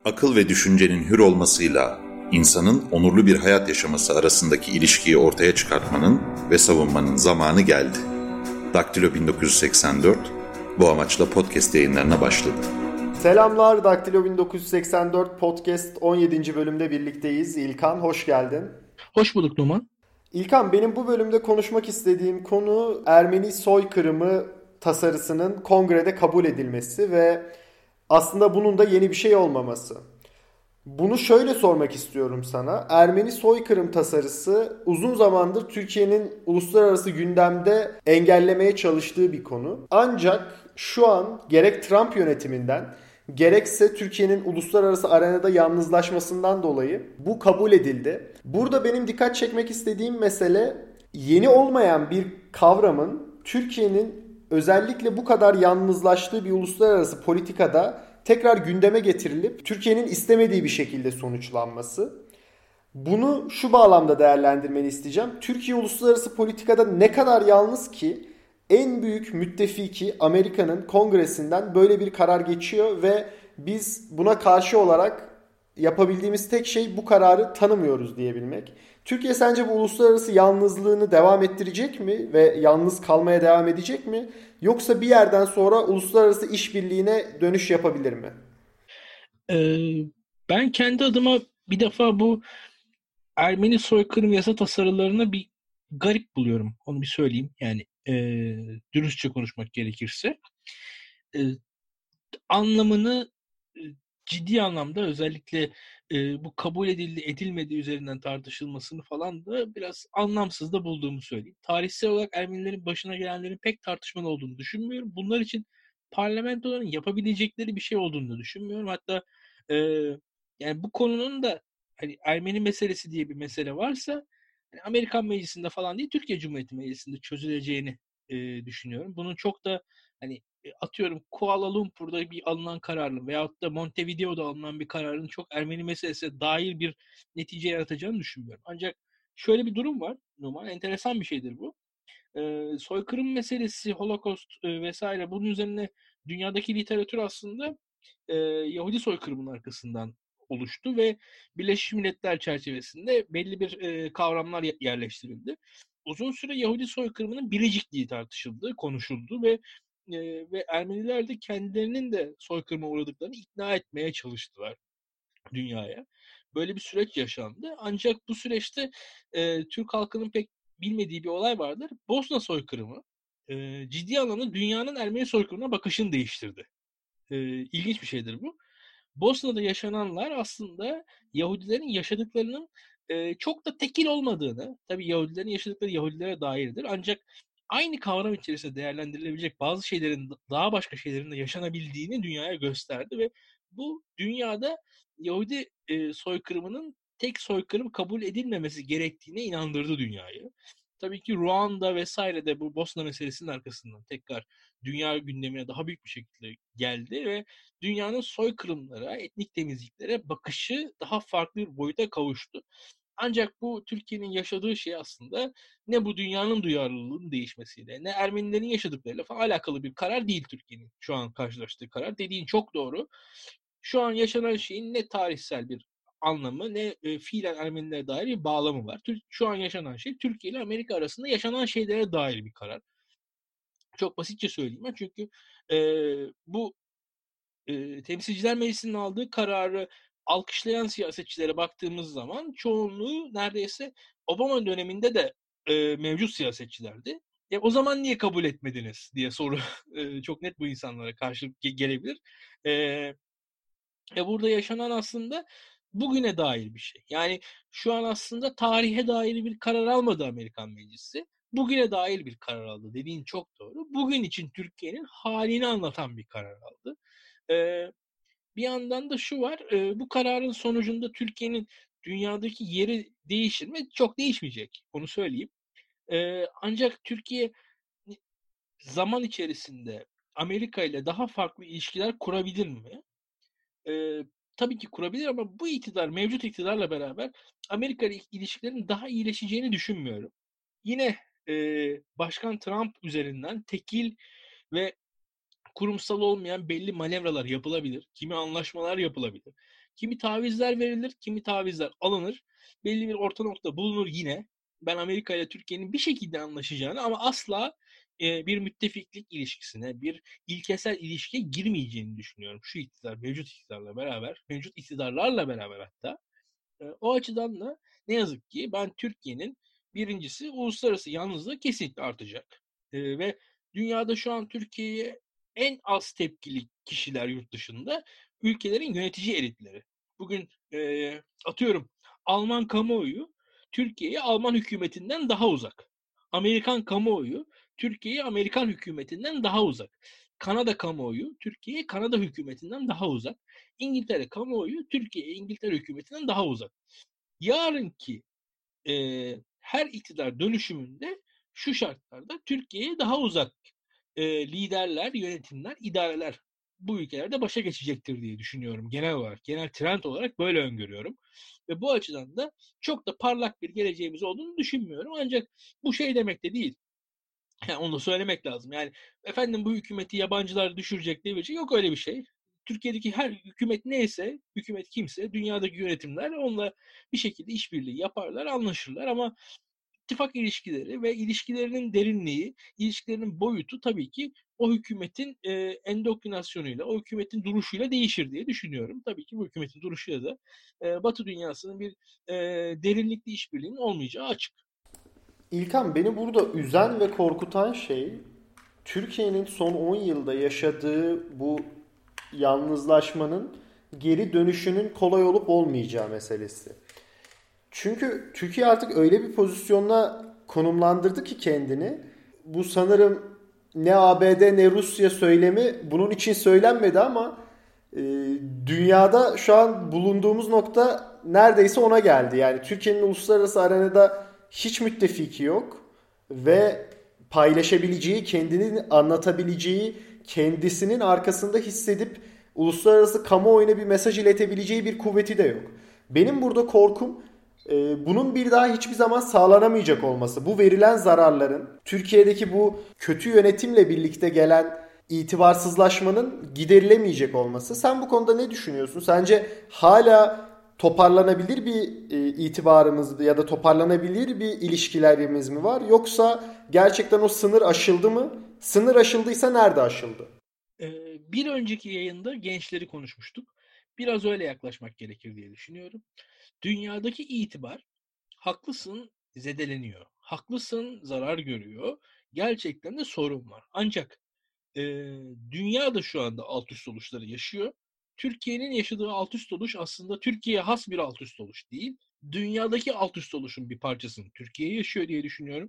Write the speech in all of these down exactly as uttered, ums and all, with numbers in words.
Akıl ve düşüncenin hür olmasıyla insanın onurlu bir hayat yaşaması arasındaki ilişkiyi ortaya çıkartmanın ve savunmanın zamanı geldi. Daktilo bin dokuz yüz seksen dört bu amaçla podcast yayınlarına başladı. Selamlar, Daktilo bin dokuz yüz seksen dört Podcast on yedinci bölümde birlikteyiz. İlkan, hoş geldin. Hoş bulduk Numan. İlkan, benim bu bölümde konuşmak istediğim konu Ermeni soykırımı tasarısının kongrede kabul edilmesi ve aslında bunun da yeni bir şey olmaması. Bunu şöyle sormak istiyorum sana. Ermeni soykırım tasarısı uzun zamandır Türkiye'nin uluslararası gündemde engellemeye çalıştığı bir konu. Ancak şu an gerek Trump yönetiminden gerekse Türkiye'nin uluslararası arenada yalnızlaşmasından dolayı bu kabul edildi. Burada benim dikkat çekmek istediğim mesele yeni olmayan bir kavramın Türkiye'nin özellikle bu kadar yalnızlaştığı bir uluslararası politikada tekrar gündeme getirilip Türkiye'nin istemediği bir şekilde sonuçlanması. Bunu şu bağlamda değerlendirmeni isteyeceğim. Türkiye uluslararası politikada ne kadar yalnız ki en büyük müttefiki Amerika'nın kongresinden böyle bir karar geçiyor ve biz buna karşı olarak yapabildiğimiz tek şey bu kararı tanımıyoruz diyebilmek. Türkiye sence bu uluslararası yalnızlığını devam ettirecek mi ve yalnız kalmaya devam edecek mi? Yoksa bir yerden sonra uluslararası işbirliğine dönüş yapabilir mi? Ee, ben kendi adıma bir defa bu Ermeni soykırım yasa tasarılarını bir garip buluyorum. Onu bir söyleyeyim. Yani e, dürüstçe konuşmak gerekirse. E, anlamını e, ciddi anlamda özellikle e, bu kabul edildi edilmediği üzerinden tartışılmasını falan da biraz anlamsız da bulduğumu söyleyeyim. Tarihsel olarak Ermenilerin başına gelenlerin pek tartışmalı olduğunu düşünmüyorum. Bunlar için parlamentoların yapabilecekleri bir şey olduğunu da düşünmüyorum. Hatta e, yani bu konunun da hani Ermeni meselesi diye bir mesele varsa hani Amerikan Meclisi'nde falan değil Türkiye Cumhuriyeti Meclisi'nde çözüleceğini e, düşünüyorum. Bunun çok da hani atıyorum Kuala Lumpur'da bir alınan kararın veyahut da Montevideo'da alınan bir kararın çok Ermeni meselesine dair bir netice yaratacağını düşünmüyorum. Ancak şöyle bir durum var. Numan, enteresan bir şeydir bu. Ee, soykırım meselesi, Holocaust e, vesaire bunun üzerine dünyadaki literatür aslında e, Yahudi soykırımının arkasından oluştu ve Birleşmiş Milletler çerçevesinde belli bir e, kavramlar yerleştirildi. Uzun süre Yahudi soykırımının biricikliği tartışıldı, konuşuldu ve e, ve Ermeniler de kendilerinin de soykırıma uğradıklarını ikna etmeye çalıştılar dünyaya. Böyle bir süreç yaşandı. Ancak bu süreçte e, Türk halkının pek bilmediği bir olay vardır. Bosna soykırımı e, ciddi anlamda dünyanın Ermeni soykırımına bakışını değiştirdi. E, ilginç bir şeydir bu. Bosna'da yaşananlar aslında Yahudilerin yaşadıklarının e, çok da tekil olmadığını, tabii Yahudilerin yaşadıkları Yahudilere dairdir. Ancak aynı kavram içerisinde değerlendirilebilecek bazı şeylerin daha başka şeylerin de yaşanabildiğini dünyaya gösterdi ve bu dünyada Yahudi e, soykırımının tek soykırım kabul edilmemesi gerektiğine inandırdı dünyayı. Tabii ki Ruanda vesaire de bu Bosna meselesinin arkasından tekrar dünya gündemine daha büyük bir şekilde geldi ve dünyanın soykırımlara, etnik temizliklere bakışı daha farklı bir boyuta kavuştu. Ancak bu Türkiye'nin yaşadığı şey aslında ne bu dünyanın duyarlılığının değişmesiyle ne Ermenilerin yaşadıklarıyla falan alakalı bir karar değil Türkiye'nin şu an karşılaştığı karar. Dediğin çok doğru. Şu an yaşanan şeyin ne tarihsel bir anlamı ne e, fiilen Ermenilere dair bir bağlamı var. Şu an yaşanan şey Türkiye ile Amerika arasında yaşanan şeylere dair bir karar. Çok basitçe söyleyeyim ben çünkü e, bu e, Temsilciler Meclisi'nin aldığı kararı alkışlayan siyasetçilere baktığımız zaman çoğunluğu neredeyse Obama döneminde de e, mevcut siyasetçilerdi. E, o zaman niye kabul etmediniz diye soru e, çok net bu insanlara karşı ge- gelebilir. E, e, burada yaşanan aslında bugüne dair bir şey. Yani şu an aslında tarihe dair bir karar almadı Amerikan Meclisi. Bugüne dair bir karar aldı. Dediğin çok doğru. Bugün için Türkiye'nin halini anlatan bir karar aldı. E, bir yandan da şu var, e, bu kararın sonucunda Türkiye'nin dünyadaki yeri değişir mi? Çok değişmeyecek, onu söyleyeyim. E, ancak Türkiye zaman içerisinde Amerika ile daha farklı ilişkiler kurabilir mi? E, tabii ki kurabilir ama bu iktidar, mevcut iktidarla beraber Amerika ile ilişkilerin daha iyileşeceğini düşünmüyorum. Yine e, Başkan Trump üzerinden tekil ve kurumsal olmayan belli manevralar yapılabilir. Kimi anlaşmalar yapılabilir. Kimi tavizler verilir, kimi tavizler alınır. Belli bir orta nokta bulunur yine. Ben Amerika ile Türkiye'nin bir şekilde anlaşacağını ama asla e, bir müttefiklik ilişkisine, bir ilkesel ilişkiye girmeyeceğini düşünüyorum. Şu iktidar, mevcut iktidarla beraber, mevcut iktidarlarla beraber hatta. E, o açıdan da ne yazık ki ben Türkiye'nin birincisi uluslararası yalnızlığı kesinlikle artacak. E, ve dünyada şu an Türkiye'ye en az tepkili kişiler yurt dışında ülkelerin yönetici elitleri. Bugün e, atıyorum Alman kamuoyu Türkiye'ye Alman hükümetinden daha uzak. Amerikan kamuoyu Türkiye'ye Amerikan hükümetinden daha uzak. Kanada kamuoyu Türkiye'ye Kanada hükümetinden daha uzak. İngiltere kamuoyu Türkiye'ye İngiltere hükümetinden daha uzak. Yarınki e, her iktidar dönüşümünde şu şartlarda Türkiye'ye daha uzak e, liderler, yönetimler, idareler bu ülkelerde başa geçecektir diye düşünüyorum genel olarak. Genel trend olarak böyle öngörüyorum. Ve bu açıdan da çok da parlak bir geleceğimiz olduğunu düşünmüyorum. Ancak bu şey demek de değil. Yani onu da söylemek lazım. Yani efendim bu hükümeti yabancılar düşürecek diye bir şey yok, öyle bir şey. Türkiye'deki her hükümet neyse, hükümet kimse, dünyadaki yönetimler onunla bir şekilde işbirliği yaparlar, anlaşırlar ama ittifak ilişkileri ve ilişkilerinin derinliği, ilişkilerinin boyutu tabii ki o hükümetin e, endoktrinasyonuyla, o hükümetin duruşuyla değişir diye düşünüyorum. Tabii ki bu hükümetin duruşuyla da e, Batı dünyasının bir e, derinlikli işbirliğinin olmayacağı açık. İlkan, beni burada üzen ve korkutan şey Türkiye'nin son on yılda yaşadığı bu yalnızlaşmanın geri dönüşünün kolay olup olmayacağı meselesi. Çünkü Türkiye artık öyle bir pozisyonla konumlandırdı ki kendini. Bu sanırım ne A B D ne Rusya söylemi bunun için söylenmedi ama e, dünyada şu an bulunduğumuz nokta neredeyse ona geldi. Yani Türkiye'nin uluslararası arenada hiç müttefiki yok ve paylaşabileceği, kendini anlatabileceği, kendisinin arkasında hissedip uluslararası kamuoyuna bir mesaj iletebileceği bir kuvveti de yok. Benim burada korkum e, bunun bir daha hiçbir zaman sağlanamayacak olması. Bu verilen zararların, Türkiye'deki bu kötü yönetimle birlikte gelen itibarsızlaşmanın giderilemeyecek olması. Sen bu konuda ne düşünüyorsun? Sence hala toparlanabilir bir e, itibarımız ya da toparlanabilir bir ilişkilerimiz mi var? Yoksa gerçekten o sınır aşıldı mı? Sınır aşıldıysa nerede aşıldı? Ee, bir önceki yayında gençleri konuşmuştuk. Biraz öyle yaklaşmak gerekir diye düşünüyorum. Dünyadaki itibar, haklısın, zedeleniyor. Haklısın, zarar görüyor. Gerçekten de sorun var. Ancak e, dünya da şu anda alt üst oluşları yaşıyor. Türkiye'nin yaşadığı alt üst oluş aslında Türkiye'ye has bir alt üst oluş değil. Dünyadaki alt üst oluşun bir parçasını Türkiye yaşıyor diye düşünüyorum.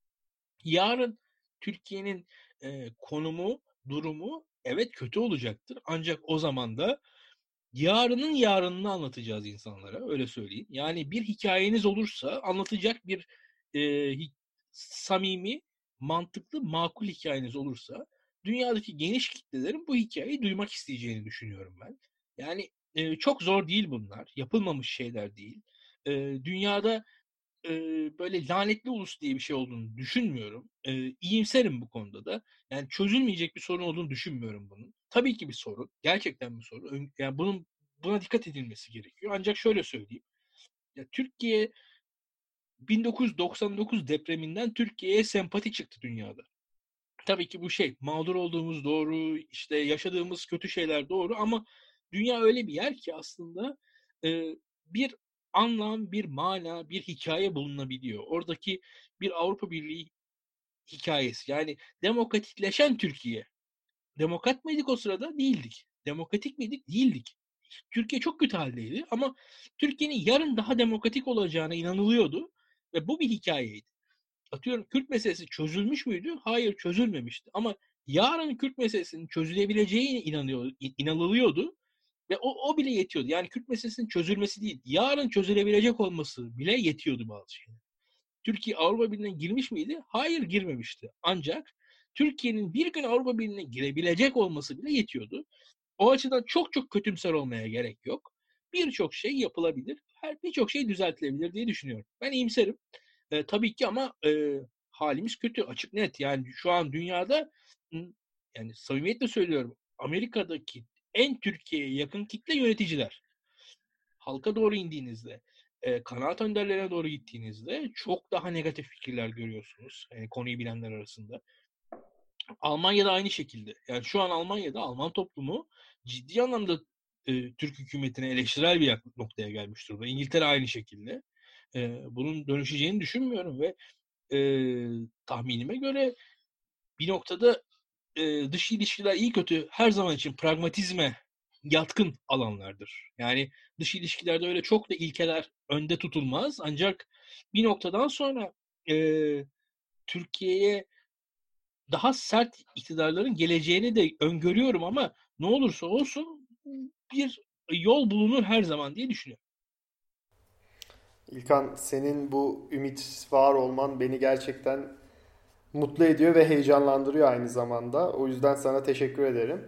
Yarın Türkiye'nin e, konumu, durumu evet kötü olacaktır. Ancak o zaman da yarının yarınını anlatacağız insanlara, öyle söyleyeyim. Yani bir hikayeniz olursa anlatacak bir e, hi- samimi, mantıklı, makul hikayeniz olursa dünyadaki geniş kitlelerin bu hikayeyi duymak isteyeceğini düşünüyorum ben. Yani e, çok zor değil bunlar. Yapılmamış şeyler değil. E, dünyada e, böyle lanetli ulus diye bir şey olduğunu düşünmüyorum. E, iyimserim bu konuda da. Yani çözülmeyecek bir sorun olduğunu düşünmüyorum bunun. Tabii ki bir sorun. Gerçekten bir sorun. Yani bunun buna dikkat edilmesi gerekiyor. Ancak şöyle söyleyeyim. Ya Türkiye bin dokuz yüz doksan dokuz depreminden Türkiye'ye sempati çıktı dünyada. Tabii ki bu şey mağdur olduğumuz doğru, işte yaşadığımız kötü şeyler doğru ama dünya öyle bir yer ki aslında e, bir anlam, bir mana, bir hikaye bulunabiliyor. Oradaki bir Avrupa Birliği hikayesi. Yani demokratikleşen Türkiye. Demokrat mıydık o sırada? Değildik. Demokratik miydik? Değildik. Türkiye çok kötü haldeydi ama Türkiye'nin yarın daha demokratik olacağına inanılıyordu ve bu bir hikayeydi. Atıyorum Kürt meselesi çözülmüş müydü? Hayır, çözülmemişti. Ama yarın Kürt meselesinin çözülebileceğine inanıyor, inanılıyordu ve o, o bile yetiyordu. Yani Kürt meselesinin çözülmesi değil, yarın çözülebilecek olması bile yetiyordu bazı şeyler. Türkiye Avrupa Birliği'ne girmiş miydi? Hayır, girmemişti. Ancak Türkiye'nin bir gün Avrupa Birliği'ne girebilecek olması bile yetiyordu. O açıdan çok çok kötümser olmaya gerek yok. Birçok şey yapılabilir. Her birçok şey düzeltilebilir diye düşünüyorum. Ben iyimserim. E, tabii ki ama e, halimiz kötü, açık net. Yani şu an dünyada yani samimiyetle söylüyorum Amerika'daki en Türkiye'ye yakın kitle yöneticiler. halka doğru indiğinizde, e, kanaat önderlerine doğru gittiğinizde çok daha negatif fikirler görüyorsunuz. Yani konuyu bilenler arasında. Almanya'da aynı şekilde. Yani şu an Almanya'da Alman toplumu ciddi anlamda e, Türk hükümetine eleştirel bir noktaya gelmiş durumda. İngiltere aynı şekilde. E, bunun dönüşeceğini düşünmüyorum ve e, tahminime göre bir noktada e, dış ilişkiler iyi kötü her zaman için pragmatizme yatkın alanlardır. Yani dış ilişkilerde öyle çok da ilkeler önde tutulmaz. Ancak bir noktadan sonra e, Türkiye'ye daha sert iktidarların geleceğini de öngörüyorum ama ne olursa olsun bir yol bulunur her zaman diye düşünüyorum. İlkan, senin bu ümit var olman beni gerçekten mutlu ediyor ve heyecanlandırıyor aynı zamanda. O yüzden sana teşekkür ederim.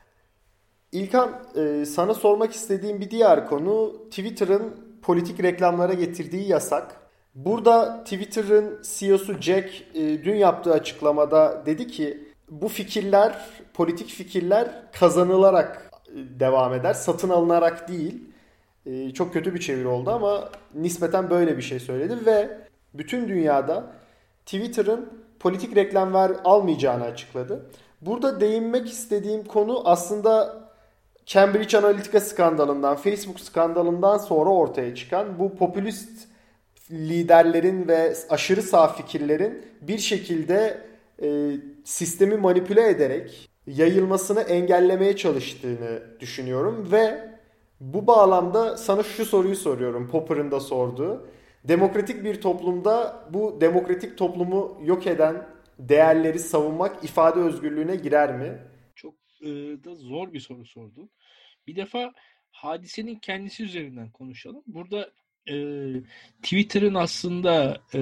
İlkan, e, sana sormak istediğim bir diğer konu Twitter'ın politik reklamlara getirdiği yasak. Burada Twitter'ın C E O'su Jack e, dün yaptığı açıklamada dedi ki bu fikirler, politik fikirler kazanılarak e, devam eder, satın alınarak değil. E, çok kötü bir çeviri oldu ama nispeten böyle bir şey söyledi ve bütün dünyada Twitter'ın politik reklamlar almayacağını açıkladı. Burada değinmek istediğim konu aslında Cambridge Analytica skandalından, Facebook skandalından sonra ortaya çıkan bu popülist liderlerin ve aşırı sağ fikirlerin bir şekilde e, sistemi manipüle ederek yayılmasını engellemeye çalıştığını düşünüyorum ve bu bağlamda sana şu soruyu soruyorum, Popper'ın da sorduğu. Demokratik bir toplumda bu demokratik toplumu yok eden değerleri savunmak ifade özgürlüğüne girer mi? Çok e, da zor bir soru sordun. Bir defa hadisenin kendisi üzerinden konuşalım. Burada e, Twitter'ın aslında e,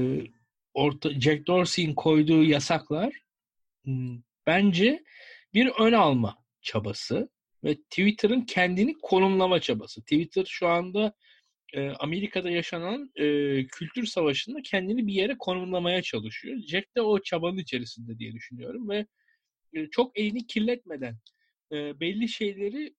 orta, Jack Dorsey'in koyduğu yasaklar m, bence bir ön alma çabası ve Twitter'ın kendini konumlama çabası. Twitter şu anda e, Amerika'da yaşanan e, kültür savaşında kendini bir yere konumlamaya çalışıyor. Jack de o çabanın içerisinde diye düşünüyorum ve e, çok elini kirletmeden e, belli şeyleri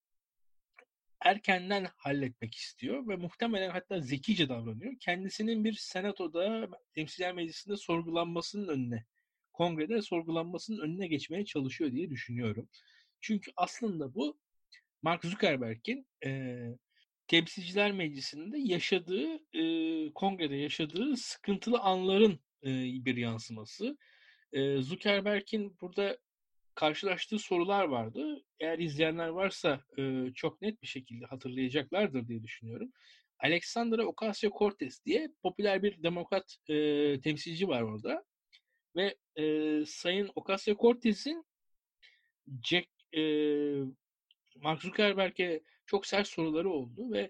erkenden halletmek istiyor ve muhtemelen hatta zekice davranıyor. Kendisinin bir senatoda, temsilciler meclisinde sorgulanmasının önüne, kongrede sorgulanmasının önüne geçmeye çalışıyor diye düşünüyorum. Çünkü aslında bu Mark Zuckerberg'in e, temsilciler meclisinde yaşadığı, e, kongrede yaşadığı sıkıntılı anların e, bir yansıması. E, Zuckerberg'in burada karşılaştığı sorular vardı. Eğer izleyenler varsa e, çok net bir şekilde hatırlayacaklardır diye düşünüyorum. Alexandra Ocasio-Cortez diye popüler bir demokrat e, temsilci var orada. Ve e, Sayın Ocasio-Cortez'in Jack, e, Mark Zuckerberg'e çok sert soruları oldu ve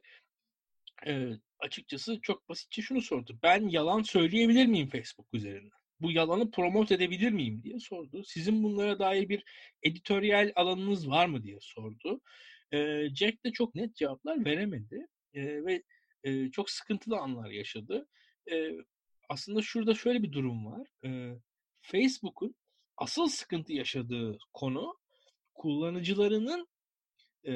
e, açıkçası çok basitçe şunu sordu. Ben yalan söyleyebilir miyim Facebook üzerinden? Bu yalanı promote edebilir miyim diye sordu. Sizin bunlara dair bir editoryal alanınız var mı diye sordu. E, Jack de çok net cevaplar veremedi e, ve e, çok sıkıntılı anlar yaşadı. E, aslında şurada şöyle bir durum var. E, Facebook'un asıl sıkıntı yaşadığı konu kullanıcılarının e,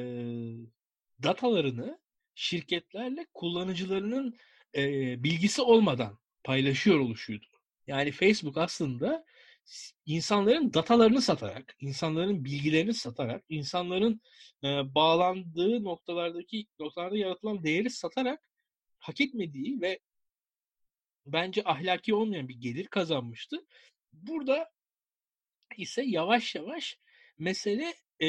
datalarını şirketlerle kullanıcılarının e, bilgisi olmadan paylaşıyor oluşuydu. Yani Facebook aslında insanların datalarını satarak, insanların bilgilerini satarak, insanların e, bağlandığı noktalardaki noktalarda yaratılan değeri satarak hak etmediği ve bence ahlaki olmayan bir gelir kazanmıştı. Burada ise yavaş yavaş mesele e,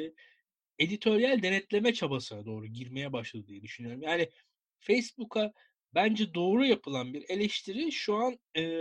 editoryal denetleme çabasına doğru girmeye başladı diye düşünüyorum. Yani Facebook'a bence doğru yapılan bir eleştiri şu an e,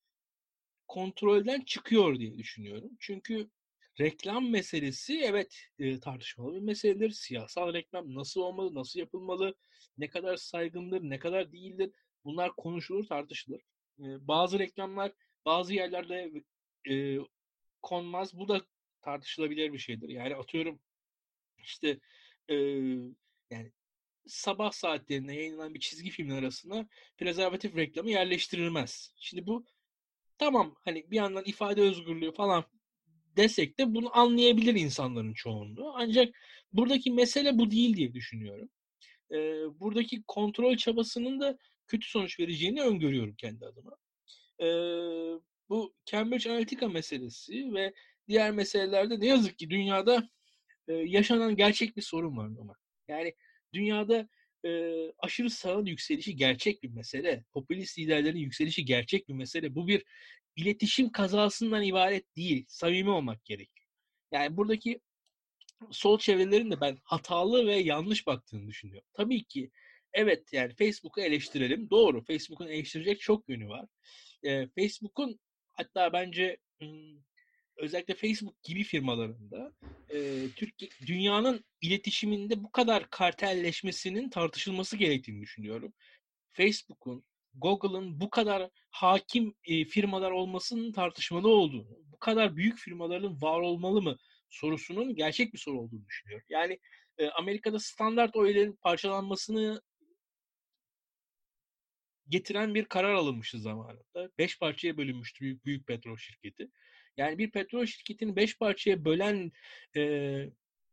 kontrolden çıkıyor diye düşünüyorum. Çünkü reklam meselesi evet e, tartışmalı bir meseledir. Siyasal reklam nasıl olmalı, nasıl yapılmalı, ne kadar saygındır, ne kadar değildir. Bunlar konuşulur, tartışılır. E, bazı reklamlar bazı yerlerde e, konmaz. Bu da tartışılabilir bir şeydir. Yani atıyorum işte e, yani sabah saatlerinde yayınlanan bir çizgi filmin arasına prezervatif reklamı yerleştirilmez. Şimdi bu tamam hani bir yandan ifade özgürlüğü falan desek de bunu anlayabilir insanların çoğunluğu. Ancak buradaki mesele bu değil diye düşünüyorum. e, buradaki kontrol çabasının da kötü sonuç vereceğini öngörüyorum kendi adıma. E, bu Cambridge Analytica meselesi ve diğer meselelerde ne yazık ki dünyada e, yaşanan gerçek bir sorun var ama. Yani dünyada e, aşırı sağın yükselişi gerçek bir mesele. Popülist liderlerin yükselişi gerçek bir mesele. Bu bir iletişim kazasından ibaret değil. Samimi olmak gerekiyor. Yani buradaki sol çevrelerin de ben hatalı ve yanlış baktığını düşünüyorum. Tabii ki evet, yani Facebook'u eleştirelim. Doğru. Facebook'un eleştirecek çok yönü var. E, Facebook'un hatta bence hmm, özellikle Facebook gibi firmalarında e, Türkiye dünyanın iletişiminde bu kadar kartelleşmesinin tartışılması gerektiğini düşünüyorum. Facebook'un, Google'ın bu kadar hakim e, firmalar olmasının tartışmalı olduğunu, bu kadar büyük firmaların var olmalı mı sorusunun gerçek bir soru olduğunu düşünüyorum. Yani e, Amerika'da standart oyların parçalanmasını getiren bir karar alınmıştı zamanında. Beş parçaya bölünmüştü büyük, büyük petrol şirketi. Yani bir petrol şirketini beş parçaya bölen e,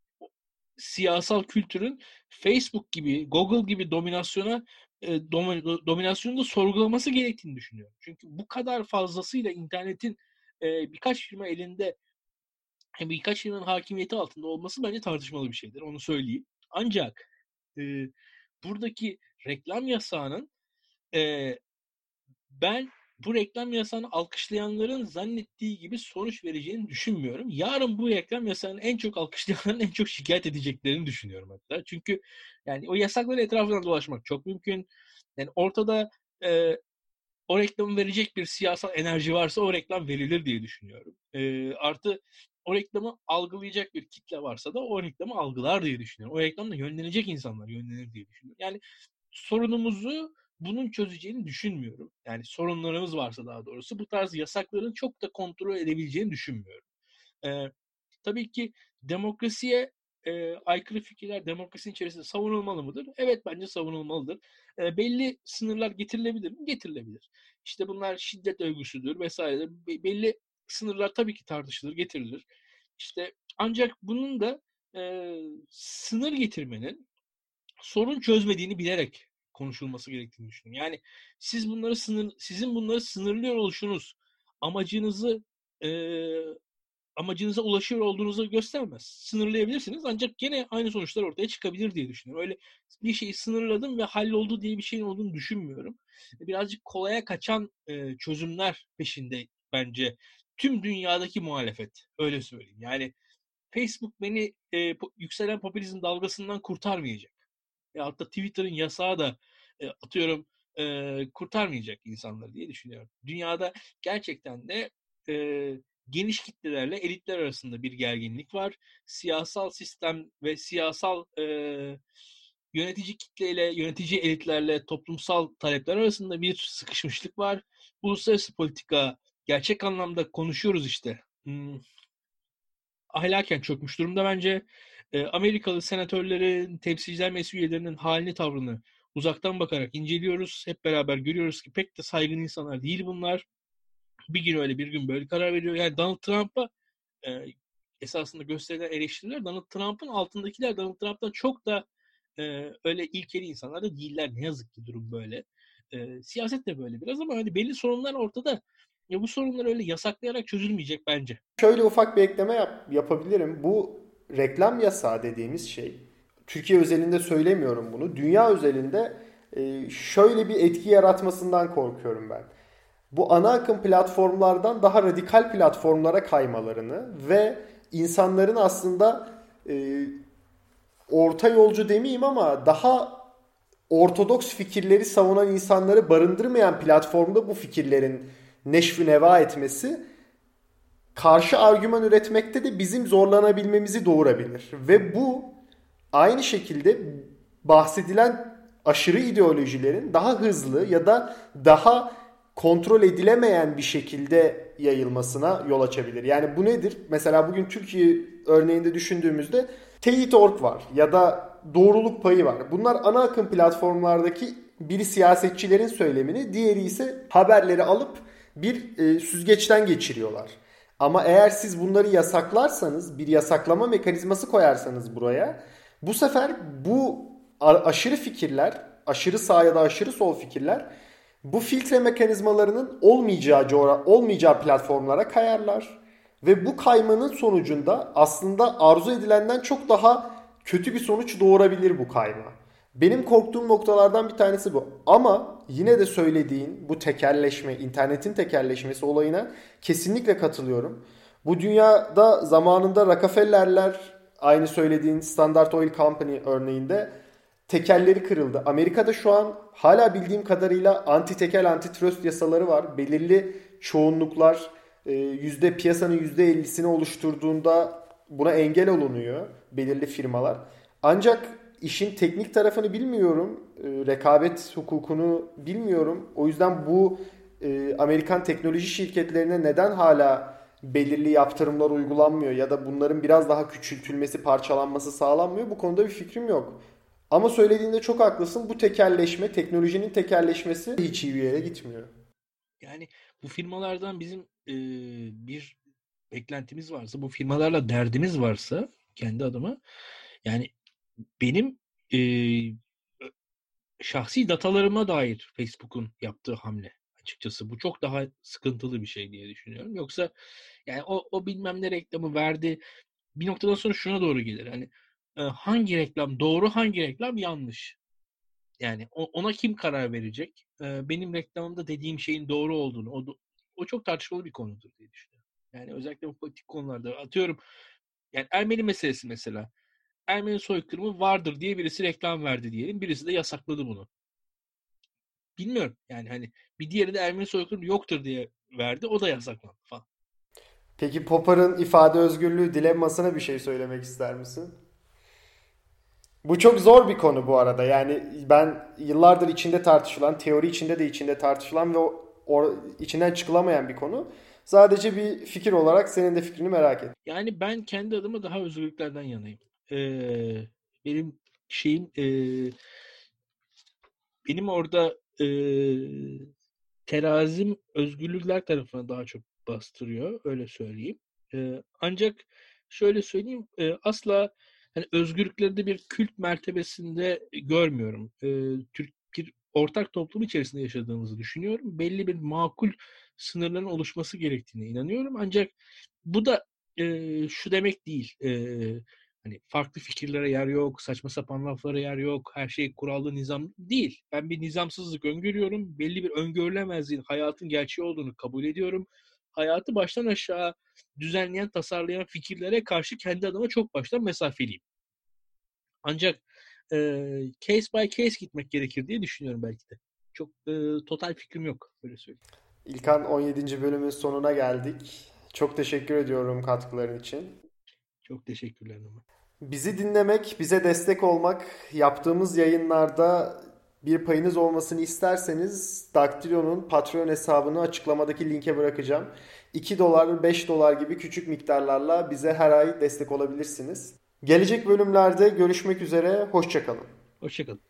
siyasal kültürün Facebook gibi, Google gibi dominasyona e, dom- dominasyonu da sorgulaması gerektiğini düşünüyorum. Çünkü bu kadar fazlasıyla internetin e, birkaç firma elinde, birkaç firmanın hakimiyeti altında olması bence tartışmalı bir şeydir. Onu söyleyeyim. Ancak e, buradaki reklam yasağının e, ben bu reklam yasağını alkışlayanların zannettiği gibi sonuç vereceğini düşünmüyorum. Yarın bu reklam yasağını en çok alkışlayanların en çok şikayet edeceklerini düşünüyorum hatta. Çünkü yani o yasakların etrafından dolaşmak çok mümkün. Yani ortada e, o reklamı verecek bir siyasal enerji varsa o reklam verilir diye düşünüyorum. E, artı o reklamı algılayacak bir kitle varsa da o reklamı algılar diye düşünüyorum. O reklamla yönlenecek insanlar yönlenir diye düşünüyorum. Yani sorunumuzu bunun çözeceğini düşünmüyorum. Yani sorunlarımız varsa daha doğrusu bu tarz yasakların çok da kontrol edebileceğini düşünmüyorum. Ee, tabii ki demokrasiye e, aykırı fikirler demokrasinin içerisinde savunulmalı mıdır? Evet, bence savunulmalıdır. E, belli sınırlar getirilebilir mi? Getirilebilir. İşte bunlar şiddet övgüsüdür vesaire. Be- belli sınırlar tabii ki tartışılır, getirilir. İşte ancak bunun da e, sınır getirmenin sorun çözmediğini bilerek konuşulması gerektiğini düşünüyorum. Yani siz bunları sınır, sizin bunları sınırlıyor oluşunuz amacınızı e, amacınıza ulaşıyor olduğunuzu göstermez. Sınırlayabilirsiniz ancak gene aynı sonuçlar ortaya çıkabilir diye düşünüyorum. Öyle bir şeyi sınırladım ve halloldu diye bir şeyin olduğunu düşünmüyorum. Birazcık kolaya kaçan e, çözümler peşinde bence tüm dünyadaki muhalefet. Öyle söyleyeyim. Yani Facebook beni e, po- yükselen popülizm dalgasından kurtarmayacak. Ya hatta Twitter'ın yasağı da e, atıyorum e, kurtarmayacak insanları diye düşünüyorum. Dünyada gerçekten de e, geniş kitlelerle elitler arasında bir gerginlik var. Siyasal sistem ve siyasal e, yönetici kitleyle, yönetici elitlerle toplumsal talepler arasında bir sıkışmışlık var. Uluslararası politika gerçek anlamda konuşuyoruz işte. Hmm, ahlaken çökmüş durumda bence. E, Amerikalı senatörlerin, temsilciler meclis üyelerinin halini, tavrını uzaktan bakarak inceliyoruz. Hep beraber görüyoruz ki pek de saygın insanlar değil bunlar. Bir gün öyle bir gün böyle karar veriyor. Yani Donald Trump'a e, esasında gösterilen eleştiriler Donald Trump'ın altındakiler Donald Trump'tan çok da e, öyle ilkeli insanlar da değiller. Ne yazık ki durum böyle. E, siyaset de böyle biraz ama hani belli sorunlar ortada. Ya bu sorunlar öyle yasaklayarak çözülmeyecek bence. Şöyle ufak bir ekleme yap- yapabilirim. Bu reklam yasağı dediğimiz şey, Türkiye özelinde söylemiyorum bunu. Dünya özelinde e, şöyle bir etki yaratmasından korkuyorum ben. Bu ana akım platformlardan daha radikal platformlara kaymalarını ve insanların aslında e, orta yolcu demeyeyim ama daha ortodoks fikirleri savunan insanları barındırmayan platformda bu fikirlerin neşvi neva etmesi karşı argüman üretmekte de bizim zorlanabilmemizi doğurabilir. Ve bu aynı şekilde bahsedilen aşırı ideolojilerin daha hızlı ya da daha kontrol edilemeyen bir şekilde yayılmasına yol açabilir. Yani bu nedir? Mesela bugün Türkiye örneğinde düşündüğümüzde teyit nokta org var ya da doğruluk payı var. Bunlar ana akım platformlardaki biri siyasetçilerin söylemini, diğeri ise haberleri alıp bir e, süzgeçten geçiriyorlar. Ama eğer siz bunları yasaklarsanız, bir yasaklama mekanizması koyarsanız buraya, bu sefer bu aşırı fikirler, aşırı sağ ya da aşırı sol fikirler bu filtre mekanizmalarının olmayacağı coğra- olmayacağı platformlara kayarlar. Ve bu kaymanın sonucunda aslında arzu edilenden çok daha kötü bir sonuç doğurabilir bu kayma. Benim korktuğum noktalardan bir tanesi bu. Ama yine de söylediğin bu tekelleşme, internetin tekelleşmesi olayına kesinlikle katılıyorum. Bu dünyada zamanında Rockefeller'ler, aynı söylediğin Standard Oil Company örneğinde tekelleri kırıldı. Amerika'da şu an hala bildiğim kadarıyla anti tekel, anti trust yasaları var. Belirli çoğunluklar yüzde piyasanın yüzde ellisini oluşturduğunda buna engel olunuyor belirli firmalar. Ancak işin teknik tarafını bilmiyorum. Rekabet hukukunu bilmiyorum. O yüzden bu Amerikan teknoloji şirketlerine neden hala belirli yaptırımlar uygulanmıyor ya da bunların biraz daha küçültülmesi, parçalanması sağlanmıyor? Bu konuda bir fikrim yok. Ama söylediğinde çok haklısın. Bu tekelleşme, teknolojinin tekelleşmesi hiç iyi bir yere gitmiyor. Yani bu firmalardan bizim e, bir beklentimiz varsa, bu firmalarla derdimiz varsa kendi adıma, yani benim e, şahsi datalarıma dair Facebook'un yaptığı hamle, açıkçası bu çok daha sıkıntılı bir şey diye düşünüyorum. Yoksa yani o, o bilmem ne reklamı verdi, bir noktadan sonra şuna doğru gelir. Hani e, hangi reklam doğru, hangi reklam yanlış? Yani o, ona kim karar verecek? E, benim reklamımda dediğim şeyin doğru olduğunu, o, o çok tartışmalı bir konudur diye düşünüyorum. Yani özellikle bu politik konularda, atıyorum yani Ermeni meselesi mesela. Ermeni soykırımı vardır diye birisi reklam verdi diyelim. Birisi de yasakladı bunu. Bilmiyorum yani, hani bir diğeri de Ermeni soykırımı yoktur diye verdi. O da yasaklandı falan. Peki Popper'ın ifade özgürlüğü dilemmasına bir şey söylemek ister misin? Bu çok zor bir konu bu arada. Yani ben yıllardır içinde tartışılan, teori içinde de içinde tartışılan ve o, o içinden çıkılamayan bir konu. Sadece bir fikir olarak senin de fikrini merak et. Yani ben kendi adıma daha özgürlüklerden yanayım. Ee, benim şeyim e, benim orada e, terazim özgürlükler tarafına daha çok bastırıyor, öyle söyleyeyim. E, ancak şöyle söyleyeyim, e, asla hani özgürlükleri de bir kült mertebesinde görmüyorum. E, Türk bir ortak toplum içerisinde yaşadığımızı düşünüyorum. Belli bir makul sınırların oluşması gerektiğine inanıyorum. Ancak bu da e, şu demek değil. E, Hani farklı fikirlere yer yok, saçma sapan laflara yer yok, her şey kurallı, nizam değil. Ben bir nizamsızlık öngörüyorum. Belli bir öngörülemezliğin hayatın gerçeği olduğunu kabul ediyorum. Hayatı baştan aşağı düzenleyen, tasarlayan fikirlere karşı kendi adıma çok baştan mesafeliyim. Ancak e, case by case gitmek gerekir diye düşünüyorum belki de. Çok e, total fikrim yok, böyle söyleyeyim. İlkan, on yedinci bölümün sonuna geldik. Çok teşekkür ediyorum katkıların için. Çok teşekkürler Numan. Bizi dinlemek, bize destek olmak, yaptığımız yayınlarda bir payınız olmasını isterseniz Daktilo'nun Patreon hesabını açıklamadaki linke bırakacağım. iki dolar, beş dolar gibi küçük miktarlarla bize her ay destek olabilirsiniz. Gelecek bölümlerde görüşmek üzere, hoşça kalın. Hoşça kalın.